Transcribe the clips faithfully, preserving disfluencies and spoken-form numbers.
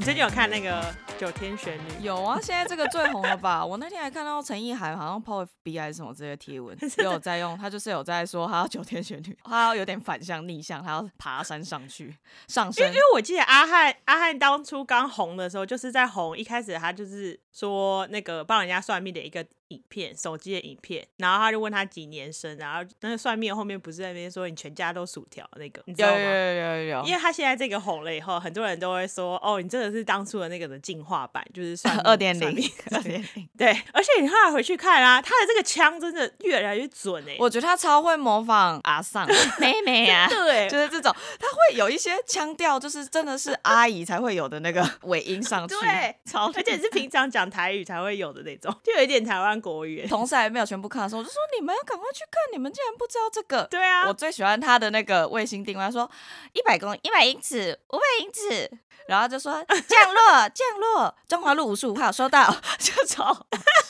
最近有看那个九天玄女？ 有啊，现在这个最红了吧？我那天还看到陈意涵好像 po F B 还是什么这些贴文，也有在用，他就是有在说他要九天玄女，他要有点反向逆向，他要爬山上去上升。 因为因为我记得阿汉阿汉当初刚红的时候，就是在红一开始他就是说那个帮人家算命的一个影片，手机的影片，然后他就问他几年生，然后那个算命后面不是在那边说你全家都薯条那个，你知道吗？ 有有有有有， 因为他现在这个红了以后，很多人都会说哦，你这个是当初的那个的进化版，就是算二点零，二点零。 对，而且你后来回去看啊，他的这个枪真的越来越准哎、欸， 我觉得他超会模仿阿桑妹妹啊， 对， 就是这种，他会有一些腔调，就是真的是阿姨才会有的那个尾音上去， 对， 超， 而且是平常讲台语才会有的那种，就有一点台湾国语。 同事还没有全部看的时候，我就说你们要赶快去看，你们竟然不知道这个。 对啊， 我最喜欢他的那个卫星定位，他说一百公一百英尺，五百英尺，然后就说降落降落，中华路五十五号收到，就超好笑。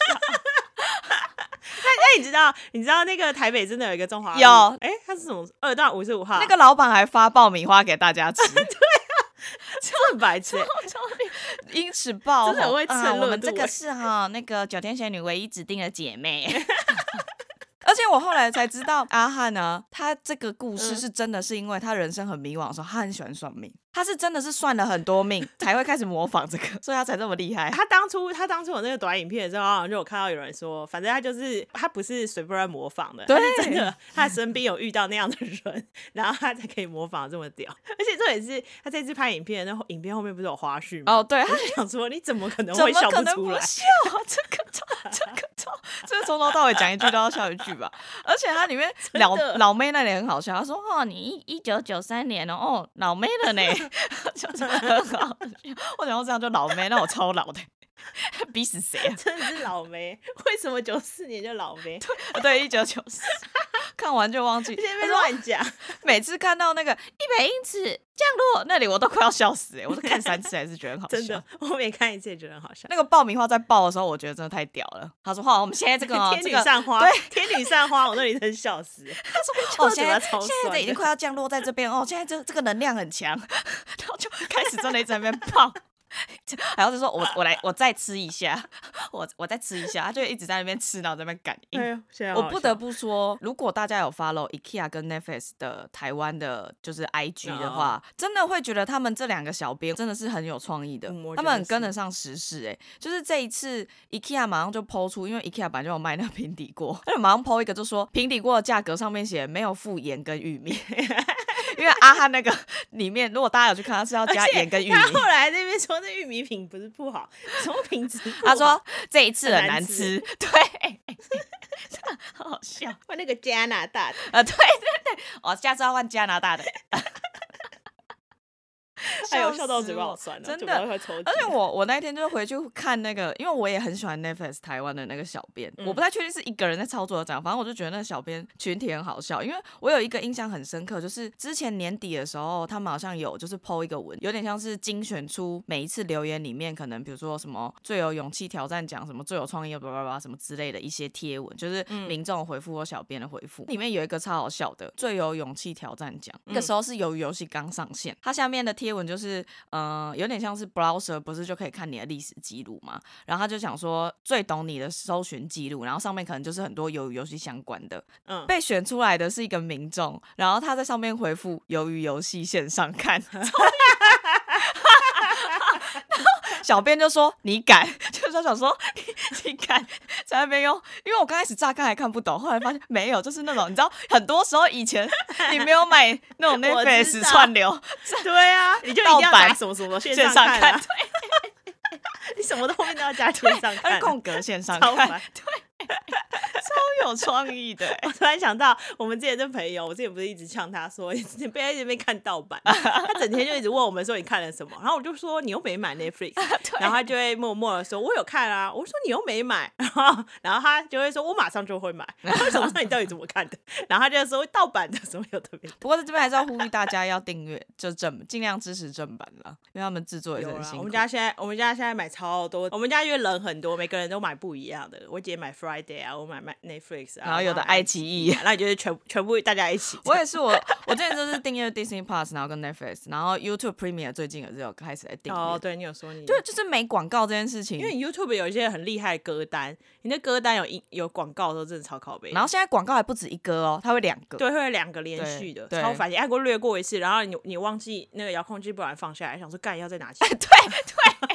那你知道你知道那个台北真的有一个中华路， 有， 哎、欸，它是什么二到五十五号？ 那个老板还发爆米花给大家吃。 对啊，超很白痴、欸， 英尺爆， 真的很会蹭热度、欸嗯。我们这个是哈那个九天玄女唯一指定的姐妹。而且我后来才知道，阿汉呢，他这个故事是真的是因为他人生很迷惘的时候，他很喜欢算命，他是真的是算了很多命才会开始模仿这个，所以他才这么厉害。 他当初他当初有那个短影片的时候，好像就有看到有人说，反正他就是他不是随便模仿的， 对， 他是真的，他身边有遇到那样的人，然后他才可以模仿这么屌。而且重点是他这次拍影片，那影片后面不是有花絮吗？ 哦，对， 他就想说你怎么可能会笑不出来？ 怎么可能不笑？这个超这个超，这从头到尾讲一句都要笑一句吧。而且他里面老老妹那里很好笑，他说：“哦，你一一九九三年哦，哦，老妹了呢。”就是很好笑。我想说这样就老妹，那我超老的。逼死谁啊！ 真的是老妹，为什么九四年就老妹？ 对对，一九九四，看完就忘记。 在那边乱讲， 每次看到那个一百英尺降落那里，我都快要笑死哎、欸！我都看三次还是觉得很好笑。 真的，我每看一次也觉得很好笑。 那个爆米花在爆的时候，我觉得真的太屌了。他说：“好，我们现在这个、哦、 天女散花， 对， 天女散花，我那里真笑死。” 他说：“哦，现在现在这已经快要降落在这边哦，现在这这个能量很强。”然后就开始真的一直在那边爆。然后就说我我来我再吃一下，我我再吃一下，他就一直在那边吃，然后在那边感应。 哎、 我不得不说，如果大家有 follow IKEA 跟 Netflix 的台湾的，就是 I G 的话， oh. 真的会觉得他们这两个小编真的是很有创意的，嗯、他们很跟得上时事、欸。哎，就是这一次 IKEA 马上就 po 出，因为 IKEA 本来就有卖那个平底锅，他就马上 po 一个，就说平底锅的价格上面写没有附盐跟玉米。因为阿汉那个里面，如果大家有去看，他是要加盐跟玉米。 他后来那边说那玉米品不是不好，什么品质不好？ 他说这一次很难吃，难吃对，好好笑。 换那个加拿大的， 呃，对对对，哦，下次要换加拿大的。 哎呦，笑到嘴巴好酸、喔， 真的。 而且我我那一天就回去看那个，因为我也很喜欢 Netflix 台湾的那个小编、嗯，我不太确定是一个人在操作的这样，反正我就觉得那个小编群体很好笑。因为我有一个印象很深刻，就是之前年底的时候，他们好像有就是 po 一个文，有点像是精选出每一次留言里面，可能比如说什么最有勇气挑战奖，什么最有创意叭叭叭什么之类的一些贴文，就是民众回复或小编的回复、嗯，里面有一个超好笑的最有勇气挑战奖、嗯，那个时候是鱿鱼游戏刚上线，它下面的贴文就是。呃，有点像是 browser 不是就可以看你的历史记录嘛？然后他就想说最懂你的搜寻记录，然后上面可能就是很多鱿鱼游戏相关的。嗯，被选出来的是一个民众，然后他在上面回复鱿鱼游戏线上看。小编就说你敢，就是想说 你, 你敢在那边用，因为我刚开始乍看还看不懂，后来发现没有，就是那种你知道，很多时候以前你没有买那种 Netflix 串流， 对啊，你就一定要打什么什么线上看、啊， 线上看对你什么都后面都要加线上看， 空格线上看，对，超有创意的。 我突然想到，我们之前的朋友，我之前不是一直呛他说，你不要在这边看盗版，他整天就一直问我们说你看了什么，然后我就说你又没买 Netflix， 然后他就会默默的说我有看啊，我说你又没买，然后然后他就会说我马上就会买，然后我想说你到底怎么看的，然后他就说盗版的什么有特别。 不过在这边还是要呼吁大家要订阅，就正尽量支持正版啦，因为他们制作也是很辛苦。 我们家现在我们家现在买超多，我们家因为人很多，每个人都买不一样的，我姐买 Friday 啊，我买买 Netflix 啊， 然后有的爱奇艺， 然后你就是全全部大家一起。 我也是，我我之前就是订阅 Disney Plus， 然后跟 Netflix， 然后 YouTube Premium 最近也是有开始在订阅。 哦，对你有说你对，就是没广告这件事情， 因为 YouTube 有一些很厉害的歌单，你那歌单有有广告的时候真的超靠北。 然后现在广告还不止一个哦，它会两个， 对，会有两个连续的，超烦。你按过略过一次，然后你你忘记那个遥控器，不然放下来，想说干要再拿起来。 对对。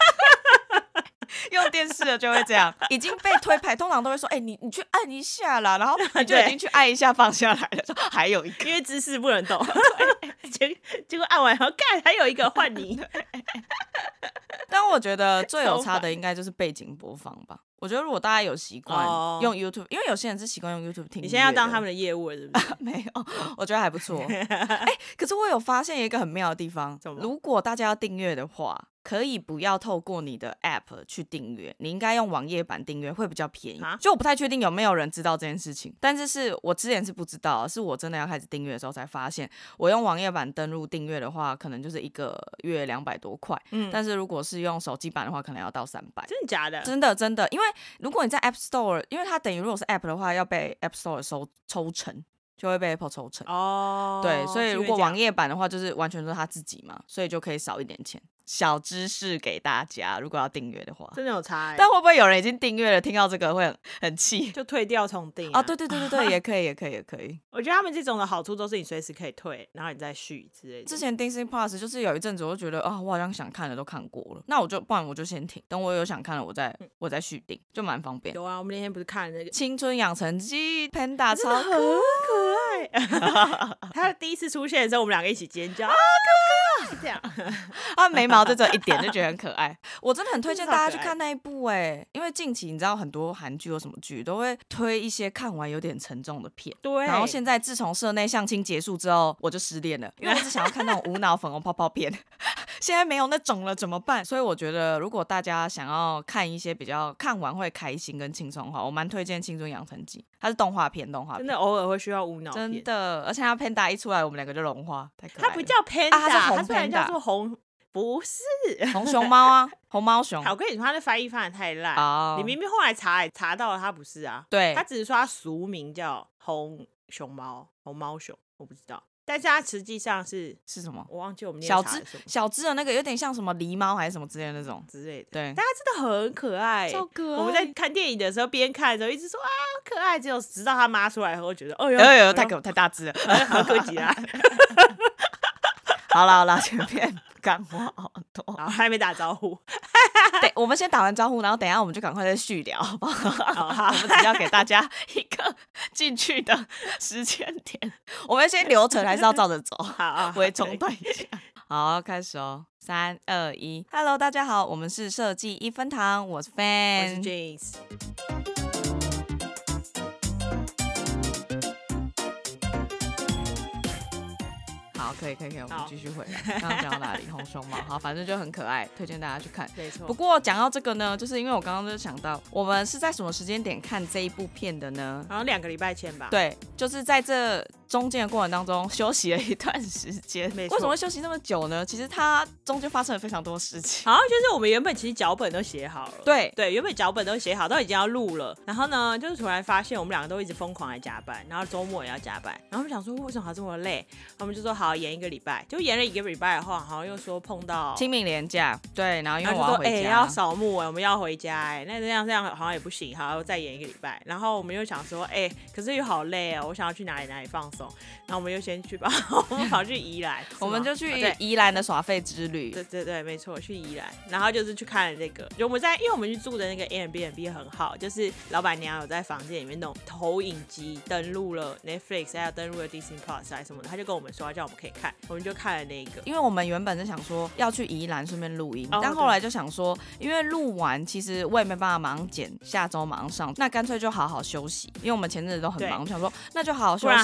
用电视的就会这样，已经被推牌，通常都会说：“哎、欸，你你去按一下啦。”然后你就已经去按一下，放下来了，说还有一个， 因为姿势不能动。结结果按完然后干，还有一个换你。 但我觉得最有差的应该就是背景播放吧。我觉得如果大家有习惯用 YouTube，、哦、因为有些人是习惯用 YouTube 听音乐的。 你现在要当他们的业务了，是不是？ 没有，我觉得还不错。哎、欸，可是我有发现一个很妙的地方，如果大家要订阅的话，可以不要透过你的 App 去订阅，你应该用网页版订阅会比较便宜。就我不太确定有没有人知道这件事情，但是是我之前是不知道，是我真的要开始订阅的时候才发现，我用网页版登录订阅的话，可能就是一个月两百多块、嗯，但是如果是用手机版的话，可能要到三百。 真的假的？ 真的真的，因为如果你在 App Store， 因为它等于如果是 App 的话，要被 App Store 收抽成。就会被 Apple 抽成哦，对，所以如果网页版的话，就是完全都是他自己嘛，所以就可以少一点钱。小知识给大家，如果要订阅的话， 真的有差、欸。 但会不会有人已经订阅了，听到这个会很很气， 就退掉重订、啊？ 哦，对对对对对，也可以，也可以，也可以。 我觉得他们这种的好处都是你随时可以退，然后你再续之类的。 之前 Disney Plus 就是有一阵子，我就觉得啊、哦，我好像想看的都看过了，那我就不然我就先停，等我有想看了，我再、嗯、我再续订，就蛮方便。 有啊，我们那天不是看那个《 青春养成记》，Panda 超很可爱。他第一次出现的时候，我们两个一起尖叫啊，哥哥！这样， 他眉毛就只有一点，就觉得很可爱。我真的很推荐大家去看那一部哎、欸，因为近期你知道很多韩剧或什么剧都会推一些看完有点沉重的片。 对。 然后现在自从社内相亲结束之后，我就失恋了，因为我只想要看那种无脑粉红泡泡片。现在没有那种了，怎么办？所以我觉得，如果大家想要看一些比较看完会开心跟轻松的话，我蛮推荐《青春养成记》，它是动画片，动画片真的偶尔会需要无脑片， 真的。而且它 Panda 一出来，我们两个就融化，太可爱了。 它不叫 Panda，、 啊、它是红 Panda， 它虽然叫做红，不是红熊猫啊，红猫熊。 好，我跟你说，它的翻译翻的太烂。 哦、 你明明后来查也查到了，它不是啊。 对， 它只是说它俗名叫红熊猫，红猫熊，我不知道。但是它实际上是是什么？ 我忘记我们小只小只的那个，有点像什么狸猫还是什么之类的那种之类的。 对， 但它真的很可爱， 超可爱。 我们在看电影的时候，边看的时候一直说啊可爱，只有直到他妈出来后，觉得哦呦， 哎呦太可太大只了， 好可惜啊。 好啦好啦，前面干话好多， 然后还没打招呼。 对，我们先打完招呼，然后等一下我们就赶快再续聊，好不好？好我们只要给大家一个进去的时间点，我们先流程还是要照着走， 好， 不会中断一下。好，开始哦，三二一 ，Hello， 大家好，我们是设计一分堂，我是 Fan， 我是 James。 好，可以可以可以，我们继续回来。刚刚讲到哪里？红熊猫，好，反正就很可爱，推荐大家去看。 没错。 不过讲到这个呢，就是因为我刚刚就想到，我们是在什么时间点看这一部片的呢？ 好像两个礼拜前吧。 对，就是在这中间的过程当中休息了一段时间。 没错。 为什么会休息那么久呢？其实它中间发生了非常多事情。 好像就是我们原本其实脚本都写好了。 对对，原本脚本都写好，都已经要录了。然后呢，就是突然发现我们两个都一直疯狂来加班，然后周末也要加班。然后我们想说，为什么还这么累？然后我们就说好，延一个礼拜。就延了一个礼拜的话，好像又说碰到清明连假，对，然后因为我要回家，哎、 欸，要扫墓哎，我们要回家哎，那这样这样好像也不行，好要再延一个礼拜。然后我们又想说，哎、欸，可是又好累哦，我想要去哪里哪里放松。然后我们又先去吧，我们跑去宜兰， 我们就去宜兰的耍废之旅。 对对对，没错，去宜兰，然后就是去看了这个，就我们在，因为我们去住的那个 Airbnb 很好，就是老板娘有在房间里面弄投影机，登录了 Netflix， 还有登录了 Disney Plus 还什么的，他就跟我们说叫我们可以看，我们就看了那个。 因为我们原本是想说要去宜兰顺便录音， oh, 但后来就想说，因为录完其实我也没办法马上剪，下周马上上，那干脆就好好休息。因为我们前阵子都很忙，我想说那就好好休息，然后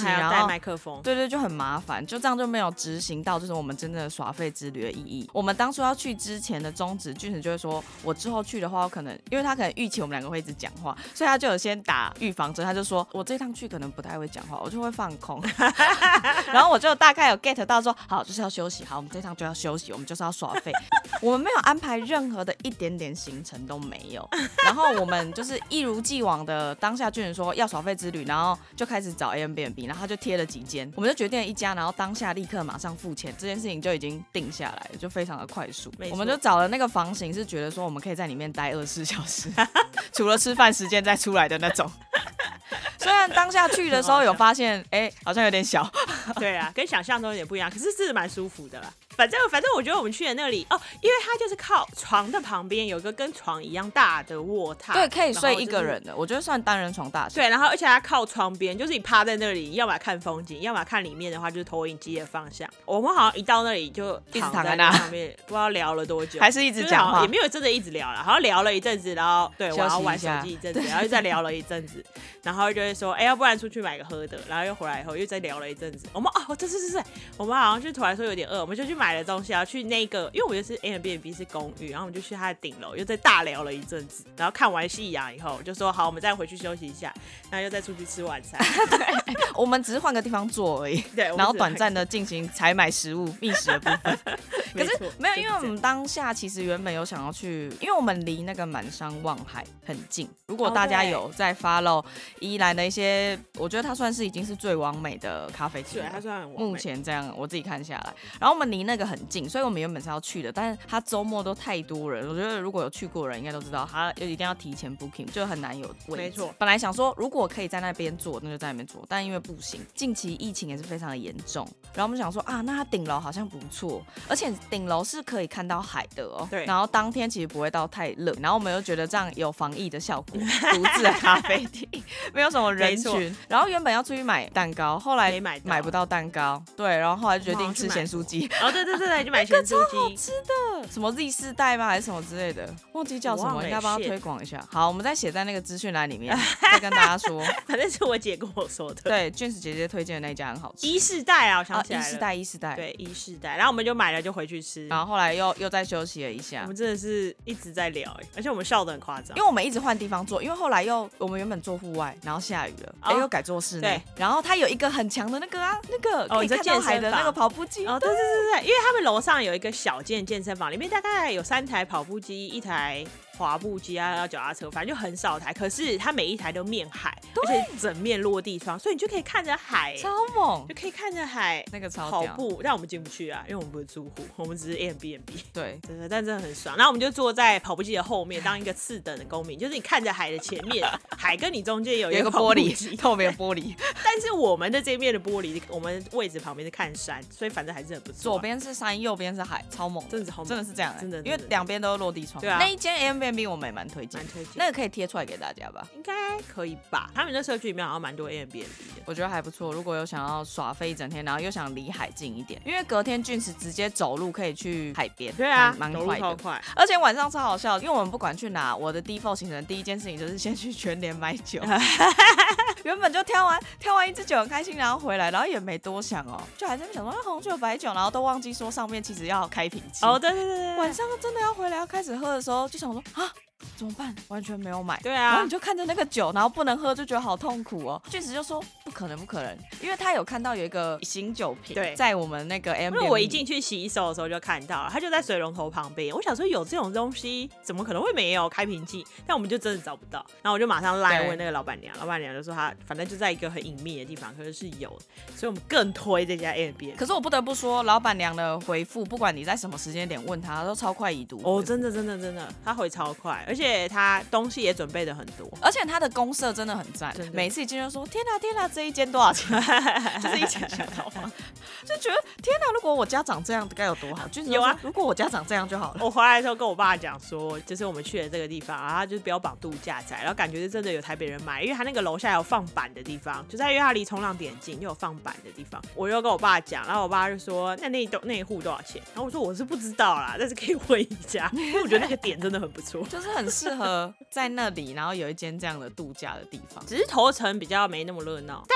麦克风， 对对，就很麻烦，就这样就没有执行到就是我们真正的耍废之旅的意义。我们当初要去之前的宗旨，俊子就会说，我之后去的话，我可能因为他可能预期我们两个会一直讲话，所以他就有先打预防针，他就说我这趟去可能不太会讲话，我就会放空。然后我就大概有 get 到说，好，就是要休息，好，我们这趟就要休息，我们就是要耍废。我们没有安排任何的一点点行程都没有，然后我们就是一如既往的当下俊子说要耍废之旅，然后就开始找 Airbnb， 然后他就贴了几间，我们就决定了一家，然后当下立刻马上付钱，这件事情就已经定下来了，就非常的快速。我们就找了那个房型，是觉得说我们可以在里面待二十四小时，除了吃饭时间再出来的那种。虽然当下去的时候有发现，哎、欸，好像有点小， 对啊，跟想象中有点不一样，可是是蛮舒服的啦。反正反正我觉得我们去的那里哦，因为它就是靠床的旁边有一个跟床一样大的卧榻， 对，可以睡一个人的，我觉得算单人床大小。 对，然后而且它靠窗边，就是你趴在那里，要么看风景，要么看里面的话就是投影机的方向。我们好像一到那里就躺在那上面，不知道聊了多久， 还是一直讲话， 也没有真的一直聊了，好像聊了一阵子，然后对我要玩手机一阵子，然后又再聊了一阵子，然后就会说，哎、欸，要不然出去买个喝的，然后又回来以后又再聊了一阵子。我们哦，这是是是，我们好像就突然说有点饿，我们就去买了东西，要去那个，因为我们就是 Airbnb 是公寓，然后我们就去它的顶楼，又再大聊了一阵子，然后看完夕阳以后，就说好，我们再回去休息一下，然后又再出去吃晚餐。 对，我们只是换个地方坐而已， 对， 然后短暂的进行采买食物、觅食的部分。可是没有，因为我们当下其实原本有想要去，因为我们离那个满山望海很近。如果大家有在 follow 宜兰的一些，我觉得它算是已经是最完美的咖啡厅了， 对，它算很完美。 目前这样我自己看下来，然后我们离那个很近，所以我们原本是要去的，但是它周末都太多人，我觉得如果有去过的人应该都知道，它一定要提前 booking， 就很难有位置。 没错， 本来想说如果可以在那边坐，那就在那边坐，但因为不行，近期疫情也是非常的严重，然后我们想说啊，那它顶楼好像不错，而且顶楼是可以看到海的哦。 对。 然后当天其实不会到太热，然后我们又觉得这样有防疫的效果，独自的咖啡厅没有什么人群。然后原本要出去买蛋糕，后来买买不到蛋糕，对，然后后来决定吃咸酥鸡。 哦，对对对对，就买咸酥鸡， 那个超好吃的，什么 Z 世代吗？还是什么之类的，忘记叫什么，应该帮他推广一下。好，我们再写在那个资讯栏里面，再跟大家说。 反正是我姐跟我说的。 对，俊子姐姐推荐的那家很好吃。 一世代啊，我想起来了。 一世代，一世代。 对，一世代。然后我们就买了，就回去吃。 然后后来又又再休息了一下。 我们真的是一直在聊，而且我们笑得很夸张， 因为我们一直换地方坐，因为后来又我们原本坐户外，然后下雨了，哎、哦，又改坐室内。然后它有一个很强的那个啊，那个可以看到海的那个跑步机。 哦，对对对对，因为他们楼上有一个小间健身房，里面大概有三台跑步机，一台滑步机啊，然后脚踏车，反正就很少台。可是它每一台都面海，而且整面落地窗，所以你就可以看着海， 超猛， 就可以看着海， 那个超跑步。但我们进不去啊，因为我们不是住户，我们只是 Airbnb。 对， 对对，但真的很爽。然后我们就坐在跑步机的后面，当一个次等的公民，就是你看着海的前面，海跟你中间有一个玻璃，透明玻璃。 但是我们的这面的玻璃，我们位置旁边是看山，所以反正还是很不错、啊。 左边是山，右边是海，超猛， 真的超猛， 真的是这样、欸， 真的， 因为两边都是落地窗。 对啊， 那一间 Airbnb 我们也蛮推荐， 蛮推荐， 那个可以贴出来给大家吧？ 应该可以吧？他们那社区里面好像蛮多 Airbnb 的， 我觉得还不错。如果有想要耍飞一整天，然后又想离海近一点，因为隔天俊子直接走路可以去海边， 对啊， 蛮快的， 快。 而且晚上超好笑，因为我们不管去哪，我的 default 行程第一件事情就是先去全联买酒。原本就挑完挑完一支酒很开心，然后回来，然后也没多想哦，就还在那想说红酒白酒，然后都忘记说上面其实要开瓶器。 哦，对对对对， 晚上真的要回来要开始喝的时候，就想说啊。怎么办？完全没有买。 对啊， 然后你就看着那个酒，然后不能喝，就觉得好痛苦哦。俊子就说不可能，不可能，因为他有看到有一个醒酒瓶， 对， 在我们那个 M， 因为我一进去洗手的时候就看到了，他就在水龙头旁边。我想说有这种东西，怎么可能会没有开瓶器？但我们就真的找不到。然后我就马上赖问那个老板娘，老板娘就说他反正就在一个很隐秘的地方，可是是有的，所以我们更推这家 Airbnb。 可是我不得不说，老板娘的回复，不管你在什么时间点问他，都超快已读。 哦，真的真的真的，他回超快，而且他东西也准备的很多， 而且他的公社真的很赞。每次一进就说天哪天哪，这一间多少钱？就是一间小套房，就觉得天哪，如果我家长这样该有多好。就是有啊，如果我家长这样就好了。 我回来的时候跟我爸讲说，就是我们去的这个地方，然后他就是标榜度假宅，然后感觉是真的有台北人买，因为他那个楼下有放板的地方，就在因为他离冲浪点近，又有放板的地方。我又跟我爸讲，然后我爸就说那那那一户多少钱？然后我说我是不知道啦，但是可以问一下，因为我觉得那个点真的很不错， 就是很适合在那里，然后有一间这样的度假的地方。 只是头城比较没那么热闹，但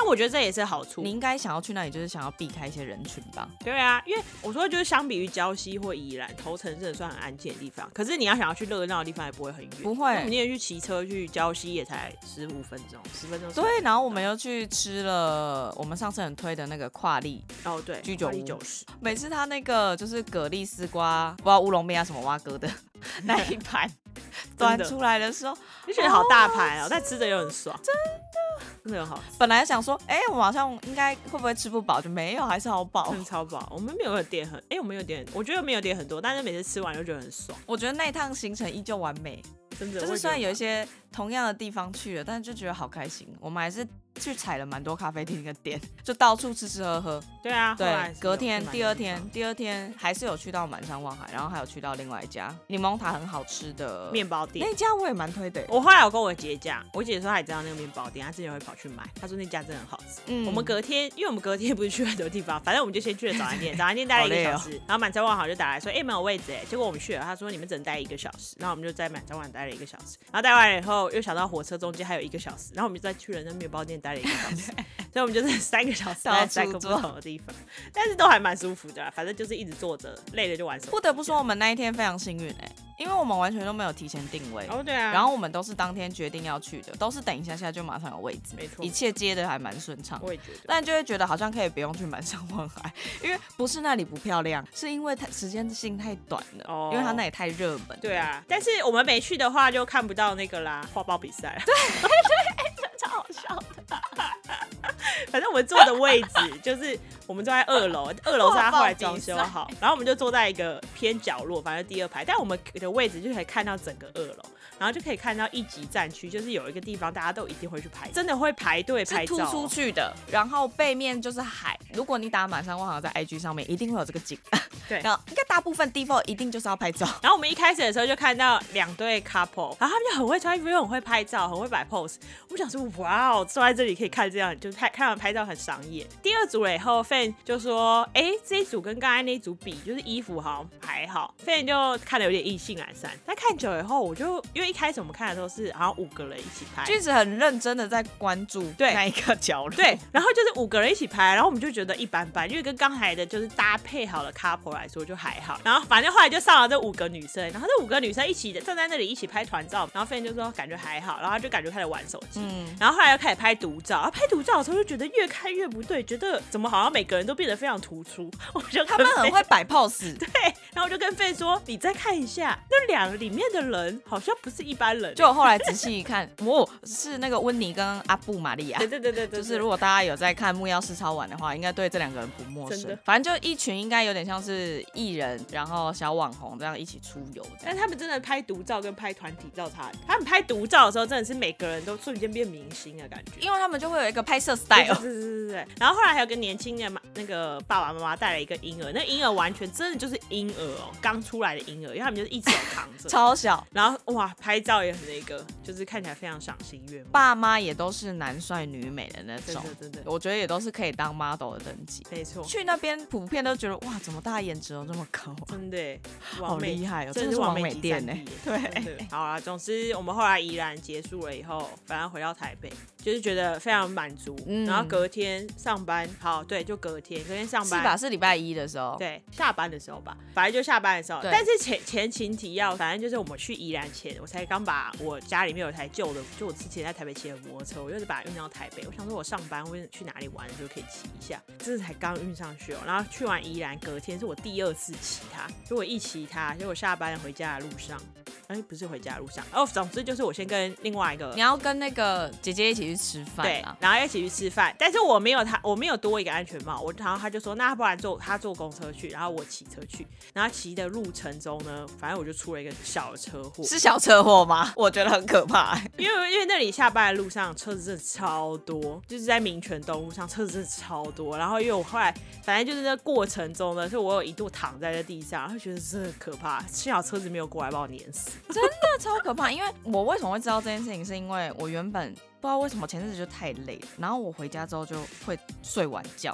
但我觉得这也是好处。 你应该想要去那里，就是想要避开一些人群吧？ 对啊，因为我说就是相比于礁溪或宜兰，头城真的算很安静的地方。可是你要想要去热闹的地方，也不会很远。 不会， 我们也去骑车去礁溪也才十五分钟，十分钟。 对，然后我们又去吃了我们上次很推的那个跨利哦，对， 居酒屋九十。 每次他那个就是蛤蜊丝瓜，不知道乌龙面啊什么蛙哥的那一盘端出来的时候， 就觉得好大盘哦，但吃的又很爽， 真的真的很好吃。 本来想说，哎、欸，我好像应该会不会吃不饱，就没有，还是好饱， 真的超饱。我们没有点很，哎、欸，我们有点，我觉得没有点很多，但是每次吃完就觉得很爽。 我觉得那一趟行程依旧完美， 真的。 就是虽然有一些同样的地方去了，但是就觉得好开心。我们还是去踩了蛮多咖啡厅跟店，就到处吃吃喝喝。 对啊， 对，隔天、第二天、第二天还是有去到满山望海，然后还有去到另外一家柠檬塔很好吃的面包店， 那家我也蛮推的。 我后来有跟我姐讲，我姐说她也知道那个面包店，她之前会跑去买，她说那家真的很好吃。嗯，我们隔天，因为我们隔天不是去很多地方，反正我们就先去了早餐店，早餐店待了一个小时，哦、然后满山望海就打来说，哎、欸，没有位置哎，结果我们去了，他说你们只能待一个小时，然后我们就在满山望海待了一个小时，然后待完了以后又想到火车中间还有一个小时，然后我们就再去了那面包店待了一个小时，所以我们就是三个小时在三个不同的地方，但是都还蛮舒服的啦，反正就是一直坐着，累了就玩手机。 不得不说，我们那一天非常幸运哎、欸。因为我们完全都没有提前定位， 哦对啊， 然后我们都是当天决定要去的，都是等一下下就马上有位置， 没错， 一切接的还蛮顺畅。 我也觉得， 但就会觉得好像可以不用去满山望海，因为不是那里不漂亮，是因为它时间性太短了，哦、因为它那里太热门。 对啊，但是我们没去的话就看不到那个啦，花豹比赛。 对对对，超好笑的。 反正我们坐的位置就是我们坐在二楼，二楼是他后来装修好，然后我们就坐在一个偏角落，反正第二排，但我们的位置就可以看到整个二楼，然后就可以看到一级战区，就是有一个地方大家都一定会去排，真的会排队拍照， 是突出去的，然后背面就是海。如果你打满山望海在 I G 上面，一定会有这个景。 对， 然后应该大部分 default 一定就是要拍照。 然后我们一开始的时候就看到两对 couple， 然后他们就很会穿衣服，又很会拍照，很会摆 pose。我想说，哇哦，坐在这里可以看这样，就是看完拍照很赏眼。第二组了以后 ，Fan 就说，哎、欸，这一组跟刚才那一组比，就是衣服好像还好。Fan 就看得有点意兴阑珊。但看久了以后，我就因为一开始我们看的时候是好像五个人一起拍， 就一直很认真的在关注那一个角落。 对，然后就是五个人一起拍，然后我们就觉得一般般，因为跟刚才的就是搭配好的 couple 来说就还好。然后反正后来就上了这五个女生，然后这五个女生一起站在那里一起拍团照，然后 Fan 就说感觉还好，然后他就感觉开始玩手机，嗯、然后后来又开始拍独照，然后拍独照的时候就觉得越看越不对，觉得怎么好像每个人都变得非常突出，我就他们很会摆 pose， 对，然后我就跟 Fan 说，你再看一下那两个里面的人好像不是一般人， 就我后来仔细一看，哦，是那个温妮跟阿布玛利亚， 对对对 对, 对, 对， 就是如果大家有在看木曜四超玩的话，应该对这两个人不陌生，反正就一群应该有点像是艺人，然后小网红这样一起出游， 但他们真的拍独照跟拍团体照差，他们拍独照的时候真的是每个人都瞬间变明星的感觉， 因为他们就会有一个拍摄 style， 对对对对。然后后来还有个年轻的那个爸爸妈妈带了一个婴儿，那婴儿完全真的就是婴儿哦，刚出来的婴儿，因为他们就是一直有扛着， 超小， 然后哇拍照也很那个，就是看起来非常赏心悦目。 爸妈也都是男帅女美的那种， 真的真的， 我觉得也都是可以当 model 的等级。 没错， 去那边普遍都觉得哇，怎么大家颜值都这么高、啊， 真的好厉害哦， 真的是完美店呢。 对，好啦，总之我们后来宜兰结束了以后，反正回到台北，就是觉得非常满足、嗯。然后隔天上班，好，对，就隔天，隔天上班是吧？是礼拜一的时候， 对，下班的时候吧，反正就下班的时候。但是前前情提要，反正就是我们去宜兰前，我才刚把我家里面有一台旧的，就我之前在台北骑的摩托车，我就是把它运到台北。我想说我上班或者去哪里玩就可以骑一下，这才刚运上去哦。然后去完宜兰，隔天是我第二次骑它，就我一骑它，就我下班回家的路上。哎、欸，不是回家的路上哦，总之就是我先跟另外一个， 你要跟那个姐姐一起去吃饭， 对，然后一起去吃饭，但是我没有他，我没有多一个安全帽，我然后他就说，那不然坐他坐公车去，然后我骑车去，然后骑的路程中呢，反正我就出了一个小的车祸， 是小车祸吗？我觉得很可怕、欸， 因为因为那里下班的路上车子真的超多，就是在民权东路上车子真的超多，然后因为我后来反正就是在过程中呢，所以我有一度躺在那地上，然后觉得真的很可怕，幸好车子没有过来把我碾死， 真的超可怕。因为我为什么会知道这件事情，是因为我原本不知道为什么前阵子就太累了，然后我回家之后就会睡晚觉，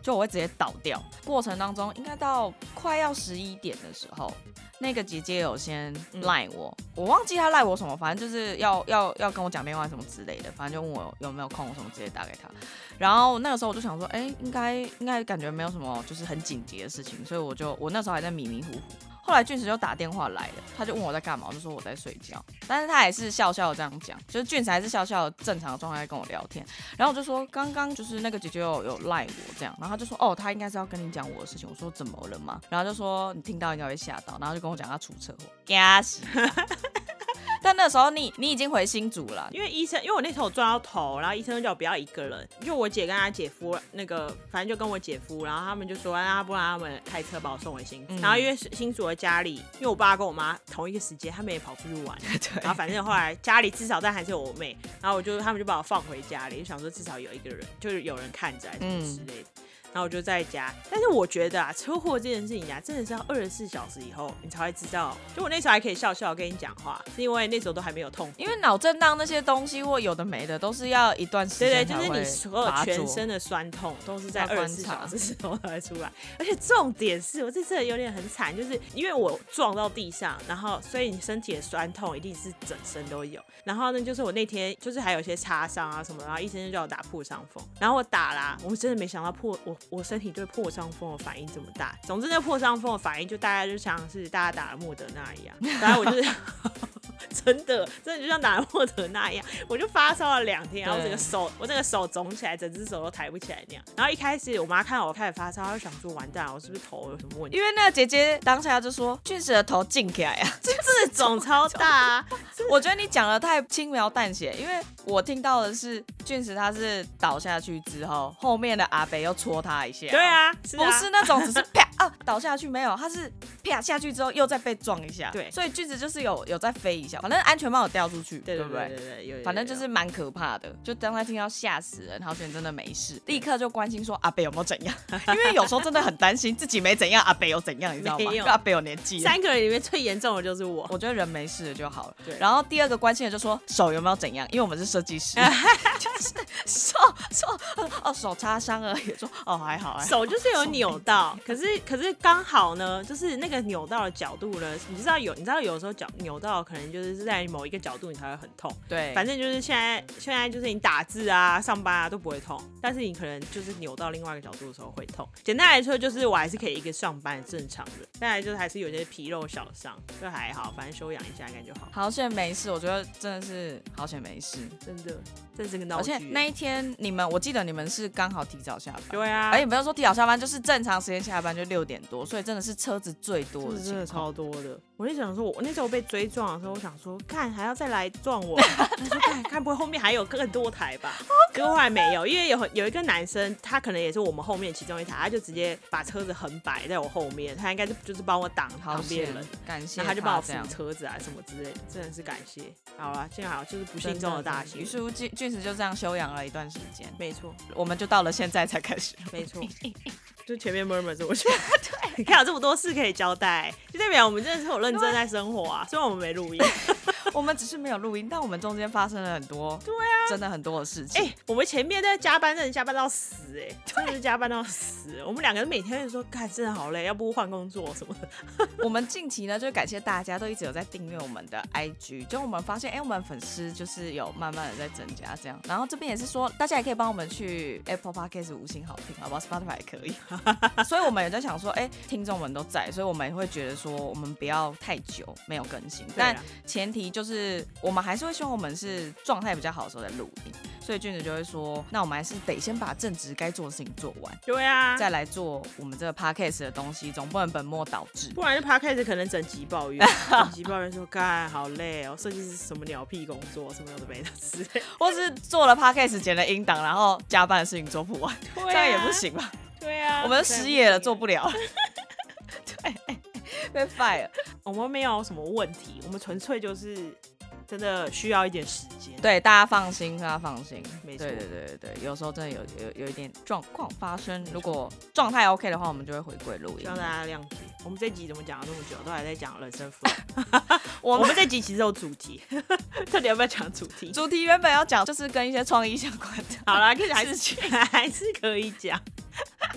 就我会直接倒掉。过程当中应该到快要十一点的时候，那个姐姐有先赖我、嗯，我忘记她赖我什么，反正就是要要要跟我讲电话什么之类的，反正就问我有没有空什么直接打给她。然后那个时候我就想说，哎、欸，应该应该感觉没有什么就是很紧急的事情，所以我就我那时候还在迷迷糊糊。后来俊石就打电话来了，他就问我在干嘛，我就说我在睡觉，但是他还是笑笑的这样讲，就是俊石还是笑笑的正常的状态跟我聊天，然后我就说刚刚就是那个姐姐有有赖我这样，然后他就说哦，他应该是要跟你讲我的事情，我说怎么了嘛，然后就说你听到应该会吓到，然后就跟我讲他出车祸，吓死。但那时候你你已经回新竹了， 因为医生，因为我那时候撞到头，然后医生就叫我不要一个人，就我姐跟她姐夫那个，反正就跟我姐夫，然后他们就说，那不然他们开车把我送回新竹、嗯。然后因为新竹的家里，因为我爸跟我妈同一个时间，他们也跑出去玩， 对。 然后反正后来家里至少但还是有我妹，然后我就他们就把我放回家里，就想说至少有一个人，就是有人看着什么之类的。嗯，然后我就在家，但是我觉得啊，车祸这件事情啊，真的是要二十四小时以后你才会知道。就我那时候还可以笑笑跟你讲话，是因为那时候都还没有痛苦。 因为脑震荡那些东西或有的没的，都是要一段时间才会发作。 对对，就是你所有全身的酸痛都是在二十四小时之后才会出来。而且重点是我这次有点很惨，就是因为我撞到地上，然后所以你身体的酸痛一定是整身都有。然后呢，就是我那天就是还有一些擦伤啊什么的，然后医生就叫我打破伤风，然后我打啦，我真的没想到破我。我身体对破伤风的反应这么大，总之那破伤风的反应就大概就像是大家打了莫德纳一样，当然我就是真的真的就像打了莫德纳一样，我就发烧了两天，然后整个手我整个手肿起来，整只手都抬不起来那样。然后一开始我妈看到我开始发烧，她就想说完蛋了，我是不是头有什么问题？ 因为那个姐姐当下就说俊石的头劲起来啊， 这真的肿超大啊！ 我觉得你讲的太轻描淡写，因为我听到的是俊石他是倒下去之后，后面的阿北又戳他一下。 对啊，是啊， 不是那种只是啪啊倒下去，没有，他是啪下去之后又再被撞一下。 对， 所以俊石就是有有再飞一下，反正安全帽有掉出去， 对对不对？ 对对对，有有有， 反正就是蛮可怕的。就当他听到吓死人，好险真的没事，立刻就关心说阿北有没有怎样，因为有时候真的很担心自己没怎样，阿北有怎样，你知道吗？因为阿北有年纪了， 三个人里面最严重的就是我。 我觉得人没事了就好了。 对。 然后第二个关心的就说手有没有怎样，因为我们是设计师，就是手手哦手擦伤而已，说哦还好，还好手就是有扭到，可是可是刚好呢，就是那个扭到的角度呢，你知道有你知道有时候角扭到可能就是在某一个角度你才会很痛。 对， 反正就是现在现在就是你打字啊、上班啊都不会痛，但是你可能就是扭到另外一个角度的时候会痛。简单来说就是我还是可以一个上班正常的，但还就是还是有些皮肉小伤，就还好，反正休养一下应该就好。 好险没事，我觉得真的是好险没事， 真的，这是个闹剧。 而且那一天你们，我记得你们是刚好提早下班。 对啊， 而且不要说提早下班，就是正常时间下班就六点多，所以真的是车子最多的， 真的超多的。我就想说，我那时候被追撞的时候，我想说，看还要再来撞我，他说看看不会后面还有更多台吧？结果后来没有，因为有有一个男生，他可能也是我们后面其中一台，他就直接把车子横摆在我后面，他应该是就是帮我挡旁边人， 感谢， 然后他就帮我扶车子啊什么之类的，真的是感谢。好了，幸好就是不幸中的大幸。 于是乎，俊俊石就这样休养了一段时间。 没错， 我们就到了现在才开始。 没错，就前面 murmur 这么久，对，你看有这么多事可以交代，就代表我们真的是有认真在生活啊。虽然我们没录音， 我们只是没有录音，但我们中间发生了很多，对啊，真的很多的事情。 哎、欸，我们前面在加班，真的加班到死、欸，哎，真的是加班到死。我们两个人每天就说，干，真的好累，要不换工作什么的。 我们近期呢，就感谢大家都一直有在订阅我们的 I G， 就我们发现，哎、欸，我们粉丝就是有慢慢的在增加这样。然后这边也是说，大家也可以帮我们去 Apple Podcast 五星好评，好不好 ？Spotify 也可以。所以我们也在想说，哎、欸，听众们都在，所以我们也会觉得说，我们不要太久没有更新，但前提就是我们还是会希望我们是状态比较好的时候再录音。所以俊子就会说，那我们还是得先把正职该做的事情做完， 对啊， 再来做我们这个 podcast 的东西，总不能本末倒置， 不然就 podcast 可能整集抱怨，整集抱怨说，干好累哦，设计师什么鸟屁工作，什么有的没的之类， 或是做了 podcast 剪了音档，然后加班的事情做不完，啊、这样也不行吧？ 对啊， 我们失业了，做不了。对，被 fire。 我们没有什么问题，我们纯粹就是真的需要一点时间。 对，大家放心，大家放心。 没错， 对对对对对，有时候真的有有有一点状况发生，如果状态 OK 的话，我们就会回归录音。 希望大家谅解。我们这集怎么讲了那么久，都还在讲人生福利。我们这集其实有主题，到底要不要讲主题？ 主题原本要讲就是跟一些创意相关的。 好啦，可是还是还是可以讲。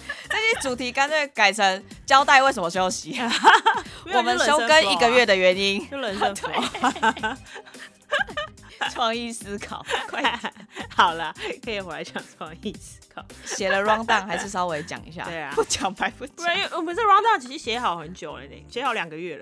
期主题干脆改成交代为什么休息，我们休更一个月的原因， 就人生佛。 创意思考，快好了，可以回来讲创意思考。 写了 round down 还是稍微讲一下， 对啊， 不讲白不讲。 不然我们这 round down 其实写好很久了呢，写好两个月了。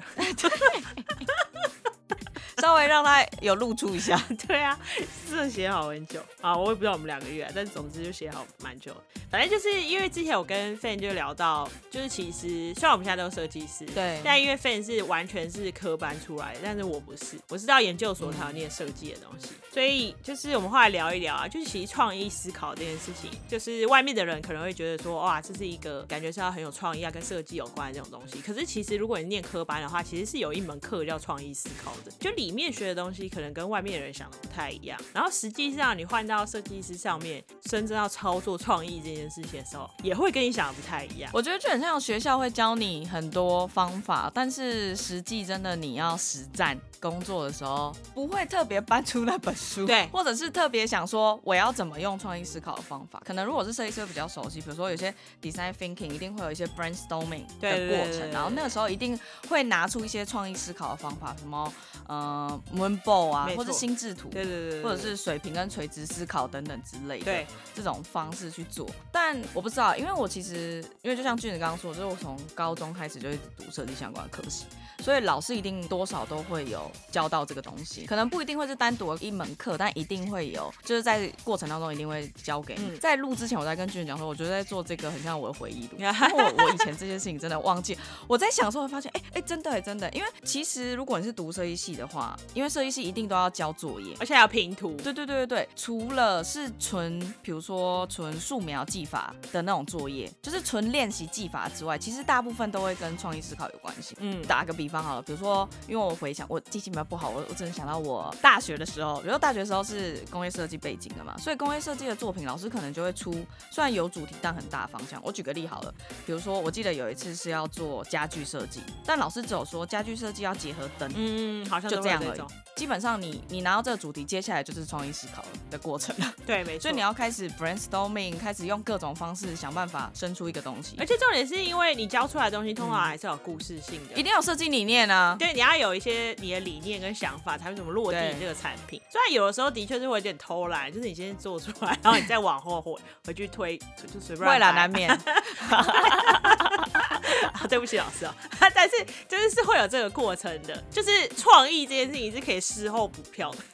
稍微让他有露出一下。 对啊，真的写好很久啊，我也不知道我们两个月、啊，但是总之就写好蛮久。反正就是因为之前我跟 Fan 就聊到，就是其实虽然我们现在都是设计师， 对， 但因为 Fan 是完全是科班出来的，但是我不是，我是到研究所才有念设计的东西，所以就是我们后来聊一聊啊，就是其实创意思考这件事情，就是外面的人可能会觉得说，哇，这是一个感觉是要很有创意啊，跟设计有关的这种东西。可是其实如果你念科班的话，其实是有一门课叫创意思考的，就里面学的东西可能跟外面的人想的不太一样。然后实际上你换到设计师上面，真正要操作创意这件事情的时候，也会跟你想的不太一样。 我觉得就很像学校会教你很多方法，但是实际真的你要实战工作的时候，不会特别搬出那本书， 对， 或者是特别想说我要怎么用创意思考的方法。可能如果是设计师会比较熟悉，比如说有些 design thinking 一定会有一些 brainstorming 的过程， 对对对对对， 然后那个时候一定会拿出一些创意思考的方法，什么呃 moonboard 啊，或者心智图， 对对 对, 对, 对， 或者是水平跟垂直思考等等之类的， 对这种方式去做。但我不知道，因为我其实因为就像俊子刚刚说，就是我从高中开始就一直读设计相关的科系，所以老师一定多少都会有教到这个东西，可能不一定会是单独的一门课，但一定会有，就是在过程当中一定会教给你。嗯、在录之前，我在跟俊子讲说，我觉得在做这个很像我的回忆录，因为我我以前这件事情真的忘记。我在想的时候，我发现，哎、欸、哎、欸，真的哎、欸、真的，因为其实如果你是读设计系的话，因为设计系一定都要交作业， 而且还要拼图。 对对对对对，除了是纯，比如说纯素描技法的那种作业，就是纯练习技法之外，其实大部分都会跟创意思考有关系。嗯，打个比方好了，比如说，因为我回想我记性比较不好，我我只能想到我大学的时候，比如说大学的时候是工业设计背景的嘛，所以工业设计的作品老师可能就会出，虽然有主题但很大的方向。我举个例好了，比如说我记得有一次是要做家具设计，但老师只有说家具设计要结合灯， 嗯，好像就这样而已。基本上你你拿到这个主题，接下来就是创意思考的过程了。 对，没错。 所以你要开始 brainstorming， 开始用各种方式想办法生出一个东西。 而且重点是因为你教出来的东西，通常还是有故事性的， 嗯、一定有设计理念啊。 对，你要有一些你的理念跟想法，才会怎么落地你这个产品。虽然有的时候的确是会有点偷懒，就是你先做出来，然后你再往后回回去推，就随便。 会啦，难免。 啊、对不起老师哦，但是就是是会有这个过程的，就是创意这件事情是可以事后补票的。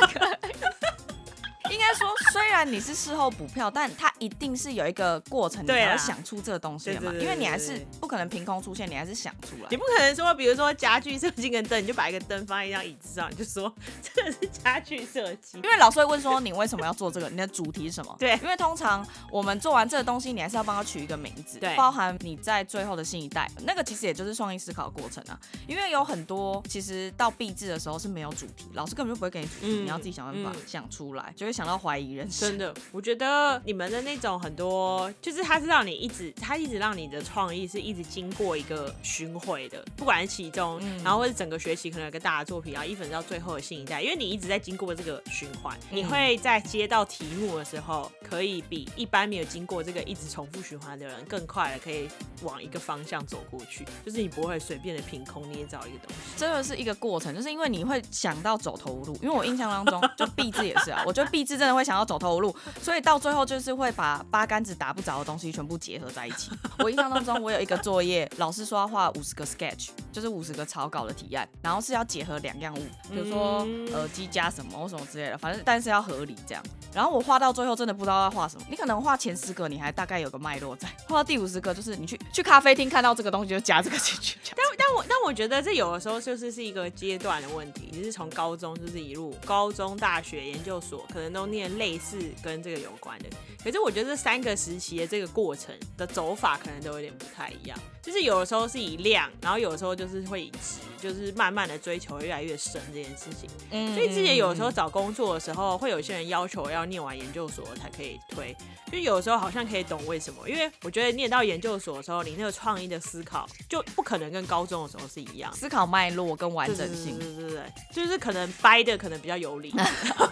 应该说，虽然你是事后补票，但它一定是有一个过程，你才会想出这个东西的嘛。因为你还是不可能凭空出现，你还是想出来。 你不可能说，比如说家具设计跟灯，你就把一个灯放在一张椅子上，你就说这个是家具设计。 因为老师会问说，你为什么要做这个？你的主题是什么？ 对， 因为通常我们做完这个东西，你还是要帮他取一个名字， 对， 包含你在最后的新一代，那个其实也就是创意思考的过程啊。因为有很多其实到毕制的时候是没有主题，老师根本就不会给你主题，嗯、你要自己想办法想出来，就会想到怀疑人生。 真的，我觉得你们的那种很多，就是它是让你一直，它一直让你的创意是一直经过一个巡回的，不管是其中，嗯、然后或者整个学期可能有个大的作品，然后一直到最后的新一代，因为你一直在经过这个循环，嗯、你会在接到题目的时候，可以比一般没有经过这个一直重复循环的人更快的可以往一个方向走过去，就是你不会随便的凭空捏造一个东西， 这个是一个过程，就是因为你会想到走投无路，因为我印象当中就毕制也是啊，我觉得毕制真的会想到走投无路，所以到最后就是会把八竿子打不着的东西全部结合在一起。我印象当中，我有一个作业，老师说要画五十个 sketch， 就是五十个草稿的提案，然后是要结合两样物，比如说耳机加什么或什么之类的，反正但是要合理这样。然后我画到最后真的不知道要画什么，你可能画前十个你还大概有个脉络在，画到第五十个就是你去去咖啡厅看到这个东西就加这个进去。 但但我但我觉得这有的时候就是是一个阶段的问题，你是从高中就是一路高中、大学、研究所，可能都念类似跟这个有关的。可是我觉得这三个时期的这个过程的走法可能都有点不太一样，就是有的时候是以量，然后有的时候就是会以质，就是慢慢的追求越来越深这件事情。嗯，所以之前有的时候找工作的时候，会有些人要求要念完研究所才可以推，就有的时候好像可以懂为什么，因为我觉得念到研究所的时候，你那个创意的思考就不可能跟高中的时候是一样， 思考脉络跟完整性， 对对对对对，就是可能掰的可能比较有理。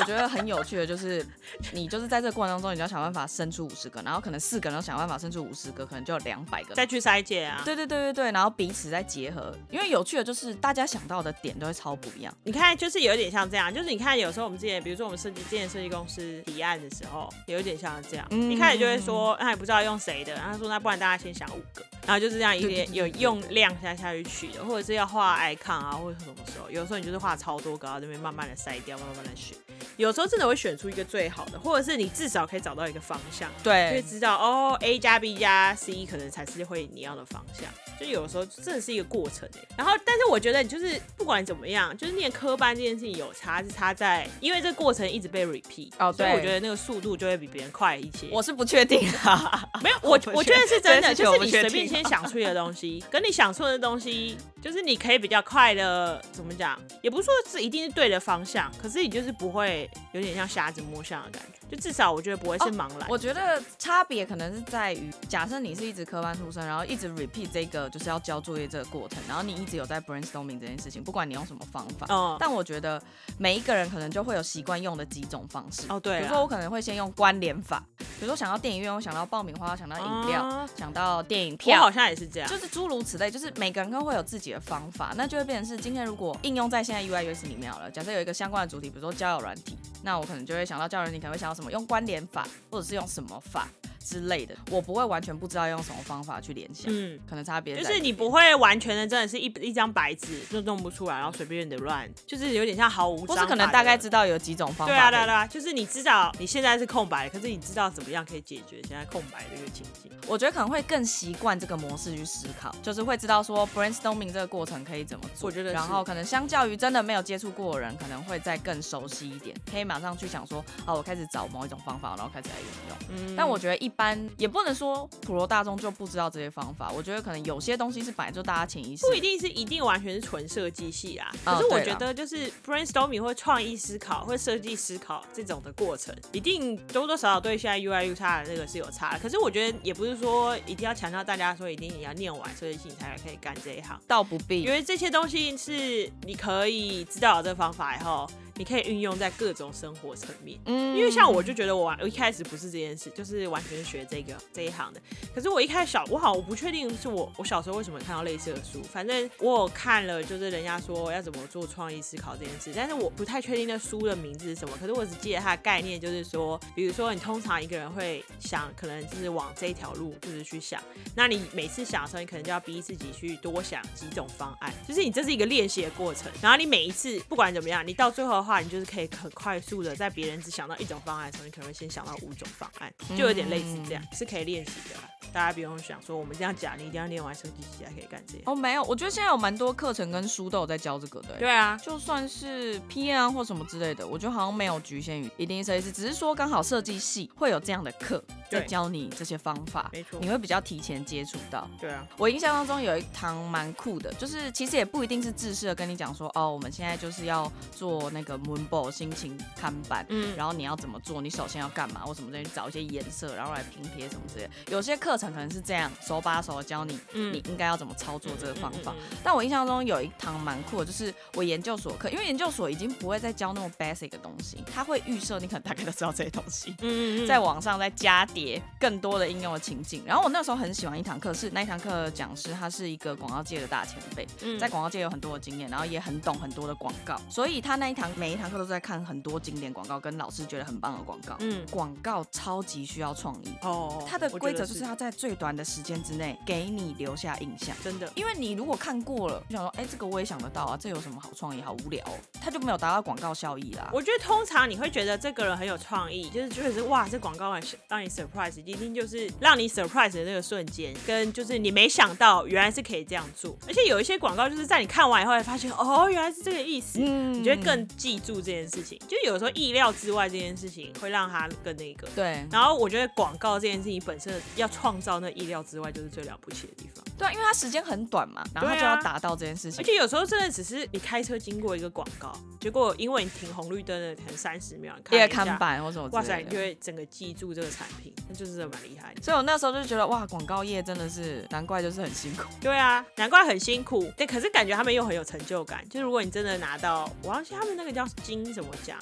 我觉得很有趣的就是，你就是在这个过程当中，你要想办法生出五十个，然后可能四个人都想办法生出五十个，可能就有两百个， 再去筛检啊。 对对对对对，然后彼此再结合，因为有趣的就是大家想到的点都会超不一样。 你看，就是有点像这样，就是你看有时候我们之前，比如说我们设计之前设计公司提案的时候，有点像这样，嗯、一开始就会说，那、啊、也不知道用谁的，然后说那不然大家先想五个，然后就是这样一点有用量下下去取的，或者是要画 icon 啊，或者什么时候，有时候你就是画超多个，然后这边慢慢的筛掉，慢慢的选。有时候真的会选出一个最好的，或者是你至少可以找到一个方向， 对， 就会知道哦 A 加 B 加 C 可能才是会你要的方向。就有时候真的是一个过程哎。然后，但是我觉得你就是不管怎么样，就是念科班这件事情有差，是差在因为这个过程一直被 repeat， 哦， 所以我觉得那个速度就会比别人快一些。 我是不确定啊， 没有，我我觉得是真的，就是你随便先想出一个东西，跟你想出的东西，就是你可以比较快的怎么讲，也不是说是一定是对的方向，可是你就是不会有点像瞎子摸象的感觉。就至少我觉得不会是茫然、哦。 我觉得差别可能是在于，假设你是一直科班出身，然后一直 repeat 这个就是要交作业这个过程，然后你一直有在 brainstorming 这件事情，不管你用什么方法。哦、但我觉得每一个人可能就会有习惯用的几种方式。 哦，对。 比如说我可能会先用关联法，比如说想到电影院，我想到爆米花，想到饮料，哦、想到电影票。 我好像也是这样， 就是诸如此类，就是每个人都会有自己的方法，那就会变成是今天如果应用在现在 U I U X 里面好了，假设有一个相关的主题，比如说交友软体，那我可能就会想到交友软体，可能会想到什么用关联法。或者是用什么法之类的，我不会完全不知道用什么方法去联想，嗯，可能差别就是你不会完全的真的是一一张白纸就弄不出来，然后随便的乱，就是有点像毫无章法的， 或是可能大概知道有几种方法。 对啊对啊对啊，就是你知道你现在是空白的，可是你知道怎么样可以解决现在空白的一个情境。 我觉得可能会更习惯这个模式去思考，就是会知道说 brainstorming 这个过程可以怎么做。 我觉得是， 然后可能相较于真的没有接触过的人，可能会再更熟悉一点，可以马上去想说，哦，我开始找某一种方法，然后开始来运用。嗯，但我觉得一般也不能说普罗大众就不知道这些方法，我觉得可能有些东西是本来就大家潜意识， 不一定是一定完全是纯设计系啦。可是我觉得就是 brainstorming 或创意思考或设计思考这种的过程，一定多多少少对现在 U I U X 的那个是有差的。可是我觉得也不是说一定要强调大家说一定你要念完设计系你才可以干这一行， 倒不必， 因为这些东西是你可以知道有这个方法以后，你可以运用在各种生活层面。嗯，因为像我就觉得我我一开始不是这件事，就是完全是学这个这一行的。可是我一开始小我好我不确定是我我小时候为什么看到类似的书，反正我有看了，就是人家说要怎么做创意思考这件事，但是我不太确定那书的名字是什么。可是我只记得它的概念就是说，比如说你通常一个人会想，可能就是往这一条路就是去想，那你每次想的时候，你可能就要逼自己去多想几种方案，就是你这是一个练习的过程。然后你每一次不管怎么样，你到最后的话，你就是可以很快速的在别人只想到一种方案的时候，你可能会先想到五种方案，就有点类似这样，是可以练习的啦。大家不用想说我们这样讲，你一定要念完设计系才可以干这样。 哦，没有，我觉得现在有蛮多课程跟书都有在教这个的。 对啊， 就算是 P M 啊或什么之类的，我觉得好像没有局限于一定设计师，只是说刚好设计系会有这样的课在教你这些方法， 没错， 你会比较提前接触到。 对啊， 我印象当中有一堂蛮酷的，就是其实也不一定是制式的跟你讲说，哦，我们现在就是要做那个 Moonboard 心情看板，嗯，然后你要怎么做，你首先要干嘛，或什么东西找一些颜色，然后来拼贴什么之类的。有些课程可能是这样手把手的教你，嗯，你应该要怎么操作这个方法。嗯嗯嗯嗯、但我印象中有一堂蛮酷的，就是我研究所课，因为研究所已经不会再教那种 basic 的东西，它会预设你可能大概都知道这些东西，嗯嗯嗯，在网上再加叠更多的应用的情境。然后我那时候很喜欢一堂课，是那一堂课的讲师他是一个广告界的大前辈，嗯、在广告界有很多的经验，然后也很懂很多的广告，所以他那一堂每一堂课都在看很多经典广告，跟老师觉得很棒的广告。嗯，广告超级需要创意哦，它的规则就是他在最短的时间之内给你留下印象，真的，因为你如果看过了，就想说，哎、欸，这个我也想得到啊，这有什么好创意？好无聊、哦，他就没有达到广告效益啦。 我觉得通常你会觉得这个人很有创意，就是觉得是哇，这广告让你 surprise， 一定就是让你 surprise 的那个瞬间，跟就是你没想到原来是可以这样做，而且有一些广告就是在你看完以后才发现，哦，原来是这个意思，嗯、你就会更记住这件事情。就有时候意料之外这件事情会让他更那个。 对。 然后我觉得广告这件事情本身要创造那意料之外，就是最了不起的地方。 对啊，因为它时间很短嘛，然后就要达到这件事情。 而且有时候真的只是你开车经过一个广告，结果因为你停红绿灯的可能三十秒， 一个看板或什么之类的， 哇塞，你就会整个记住这个产品，那就是真的蛮厉害的。 所以我那时候就觉得哇，广告业真的是难怪就是很辛苦。 对啊，难怪很辛苦。对，可是感觉他们又很有成就感。就如果你真的拿到，我忘记他们那个叫金什么奖。就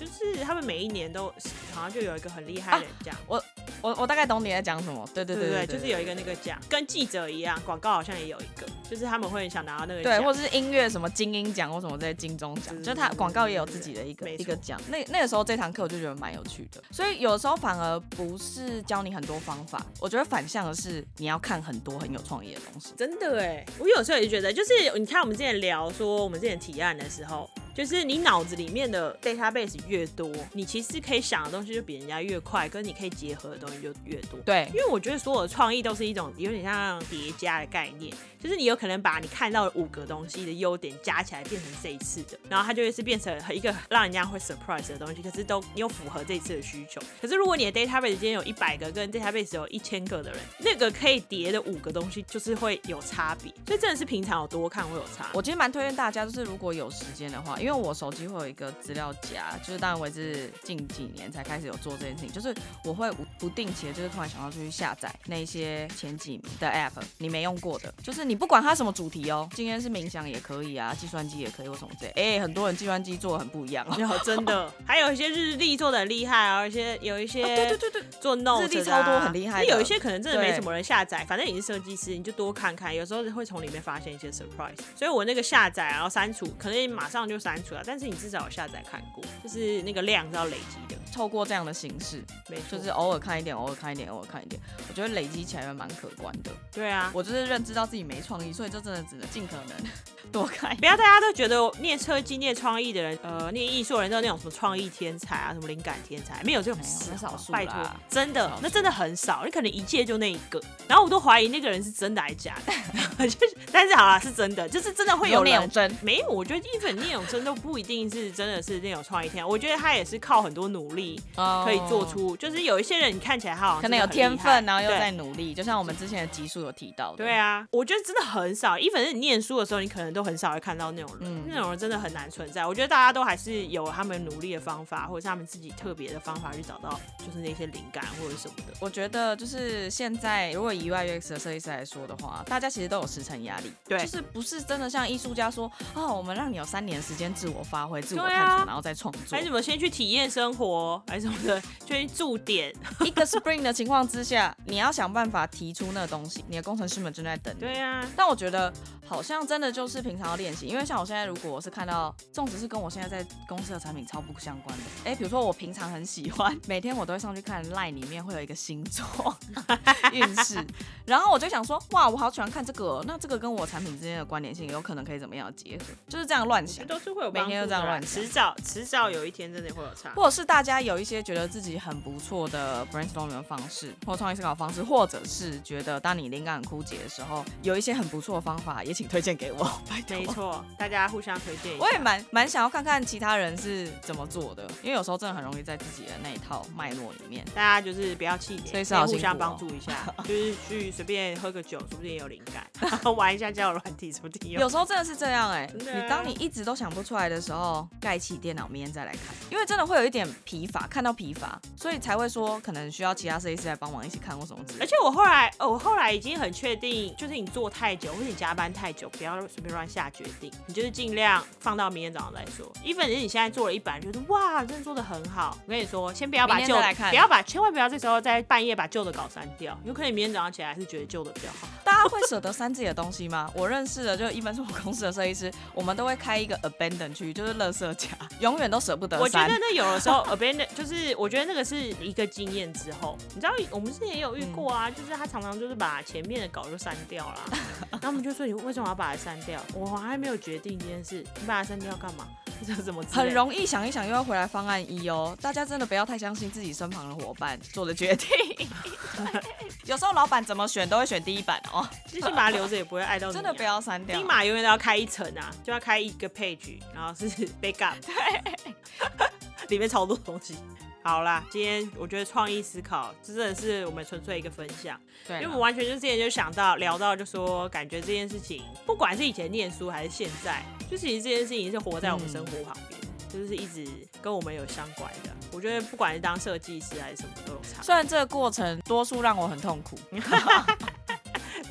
就是他们每一年都好像就有一个很厉害的奖、啊。 我我我大概懂你在讲什么，对对对 对, 对, 对, 对, 对，就是有一个那个奖，跟记者一样，广告好像也有一个，就是他们会很想拿到那个奖， 对，或者是音乐什么金鹰奖或什么这些金钟奖，就是他广告也有自己的一个一个奖。那那个时候这堂课我就觉得蛮有趣的，所以有时候反而不是教你很多方法，我觉得反向的是你要看很多很有创意的东西。 真的哎，我有时候也觉得，就是你看我们之前聊说我们之前提案的时候。就是你脑子里面的 database 越多，你其实可以想的东西就比人家越快，跟你可以结合的东西就越多。 对， 因为我觉得所有的创意都是一种有点像叠加的概念，就是你有可能把你看到的五个东西的优点加起来变成这一次的，然后它就会是变成一个让人家会 surprise 的东西，可是都又符合这一次的需求。可是如果你的 database 今天有一百个，跟 database 有一千个的人，那个可以叠的五个东西就是会有差别，所以真的是平常有多看会有差。 我其实蛮推荐大家，就是如果有时间的话，因为我手机会有一个资料夹，就是当然我也是近几年才开始有做这件事情，就是我会不定期的，就是突然想到就去下载那些前几名的 app， 你没用过的，就是你不管它什么主题哦，今天是冥想也可以啊，计算机也可以或什么之类，哎、欸，很多人计算机做的很不一样哦， 真的，还有一些日历做的很厉害啊，有一些有一些、 哦、对对对对， 做 notes 日历超多很厉害的， 有一些可能真的没什么人下载，反正你是设计师，你就多看看，有时候会从里面发现一些 surprise。所以我那个下载然后删除，可能马上就删除了，但是你至少有下载看过，就是那个量是要累积的。 透过这样的形式， 没错， 就是偶尔看一点，偶尔看一点，偶尔看一点，我觉得累积起来会蛮可观的。 对啊， 我就是认知到自己没创意，所以就真的只能尽可能多看。 不要大家都觉得念设计、念创意的人，呃，念艺术的人都有那种什么创意天才啊，什么灵感天才，没有这种事， 很少数， 拜托，真的，那真的很少，你可能一届就那一个，然后我都怀疑那个人是真的还是假的，就是，但是好啦，是真的，就是真的会有人聂永真， 没有，我觉得even聂永真都不一定是真的是那种创意天才，我觉得他也是靠很多努力可以做出， oh. 就是有一些人你看起来他好像可能有天分，然后又在努力，就像我们之前的集数有提到的。 对啊，我觉得真的很少，even是你念书的时候，你可能都很少会看到那种人，嗯、那种人真的很难存在。我觉得大家都还是有他们努力的方法，或者是他们自己特别的方法去找到就是那些灵感或者什么的。 我觉得就是现在如果以 U I U X 的设计师来说的话，大家其实都有时程压力， 对， 就是不是真的像艺术家说，哦，我们让你有三年时间自我发挥、自我探索，啊、然后再创作， 还是什么先去体验生活，还是什么的，去驻点。 一个 Spring 的情况之下，你要想办法提出那个东西，你的工程师们正在等你。 对啊， 但我觉得好像真的就是平常要练习，因为像我现在如果我是看到，纵使是跟我现在在公司的产品超不相关的，哎，比如说我平常很喜欢，每天我都会上去看 Line 里面会有一个星座运势，然后我就想说，哇，我好喜欢看这个，那这个跟我产品之间的关联性有可能可以怎么样结合，就是这样乱想， 都是会有帮助的， 每天都这样乱想， 迟早迟早有一天真的会有差， 或者是大家有一些觉得自己很不错的 brainstorming 的方式，或创意思考方式，或者是觉得当你灵感很枯竭的时候，有一些很不错的方法，也请推荐给我。 没错，大家互相推荐一下。 我也蛮蛮想要看看其他人是怎么做的，因为有时候真的很容易在自己的那一套脉络里面。 大家就是不要气馁， 所以是好辛苦哦， 互相帮助一下，就是去随便喝个酒，说不定也有灵感，然后玩一下交友软体，说不定有。 有时候真的是这样哎、 欸， 你当你一直都想不出来的时候，盖起电脑，明天再来看，因为真的会有一点疲乏，看到疲乏，所以才会说可能需要其他设计师来帮忙一起看或什么之类的。 而且我后来，我后来已经很确定，就是你做太久或者你加班太久，不要随便乱下决定，你就是尽量放到明天早上再说。even 是你现在做了一版，觉得哇，真的做得很好，我跟你说，先不要把旧的，不要把，千万不要这时候在半夜把旧的稿删掉，有可能你明天早上起来还是觉得旧的比较好。 大家会舍得删自己的东西吗？我认识的就一般是我公司的设计师，我们都会开一个 abandon 区，就是垃圾夹，永远都舍不得删。 我觉得那有的时候 abandon 就是我觉得那个是一个经验之后，你知道我们之前也有遇过啊，嗯、就是他常常就是把前面的稿就删掉了，然后我们就说你为什么要把它删掉？我还没有决定这件事，你把它删掉干嘛？这怎么很容易想一想又要回来方案一哦，大家真的不要太相信自己身旁的伙伴做的决定。有时候老板怎么选都会选第一版哦， 就先把它留着也不会碍到你、啊。 真的不要删掉。 密码永远都要开一层啊，就要开一个 page， 然后是 backup， 对，里面超多东西。好啦，今天我觉得创意思考这真的是我们纯粹一个分享，对，因为我们完全就之前就想到聊到，就说感觉这件事情，不管是以前念书还是现在，就其实这件事情是活在我们生活旁边。嗯，就是一直跟我们有相关的，我觉得不管是当设计师还是什么都有差。 虽然这个过程多数让我很痛苦，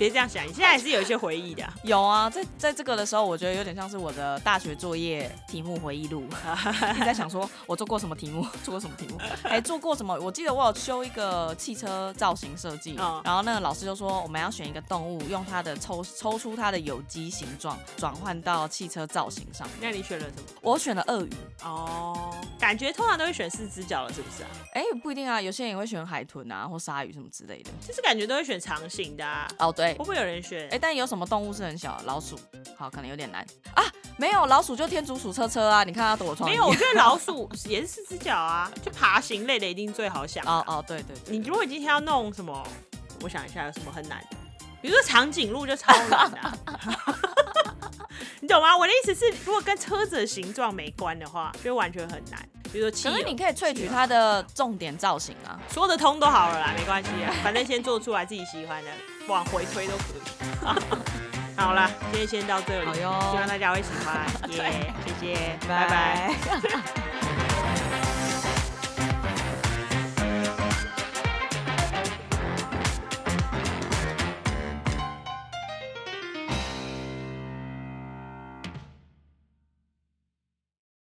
别这样想，你现在还是有一些回忆的、啊。 有啊，在在这个的时候，我觉得有点像是我的大学作业题目回忆录。一直在想说我做过什么题目，做过什么题目，还做过什么？我记得我有修一个汽车造型设计，哦、然后那个老师就说我们要选一个动物，用它的抽抽出它的有机形状，转换到汽车造型上面。 那你选了什么？ 我选了鳄鱼。 哦，感觉通常都会选四只脚了，是不是啊？ 哎、欸，不一定啊，有些人也会选海豚啊，或鲨鱼什么之类的。 就是感觉都会选长形的啊。 哦，对， 会不会有人选？ 哎、欸，但有什么动物是很小的？老鼠，好，可能有点难啊。没有，老鼠就天竺鼠车车啊，你看它多创意。 没有，我觉得老鼠也是四只脚啊，就爬行类的一定最好想。 哦哦，对对对。 你如果今天要弄什么，我想一下有什么很难的，比如说长颈鹿就超难的、啊。你懂吗？我的意思是，如果跟车子的形状没关的话，就完全很难。比如说汽油， 可是你可以萃取它的重点造型啊， 说得通都好了啦，没关系啊，反正先做出来自己喜欢的，往回推都可以。好啦，今天先到这里，希望大家会喜欢，耶、yeah, 谢谢，拜拜。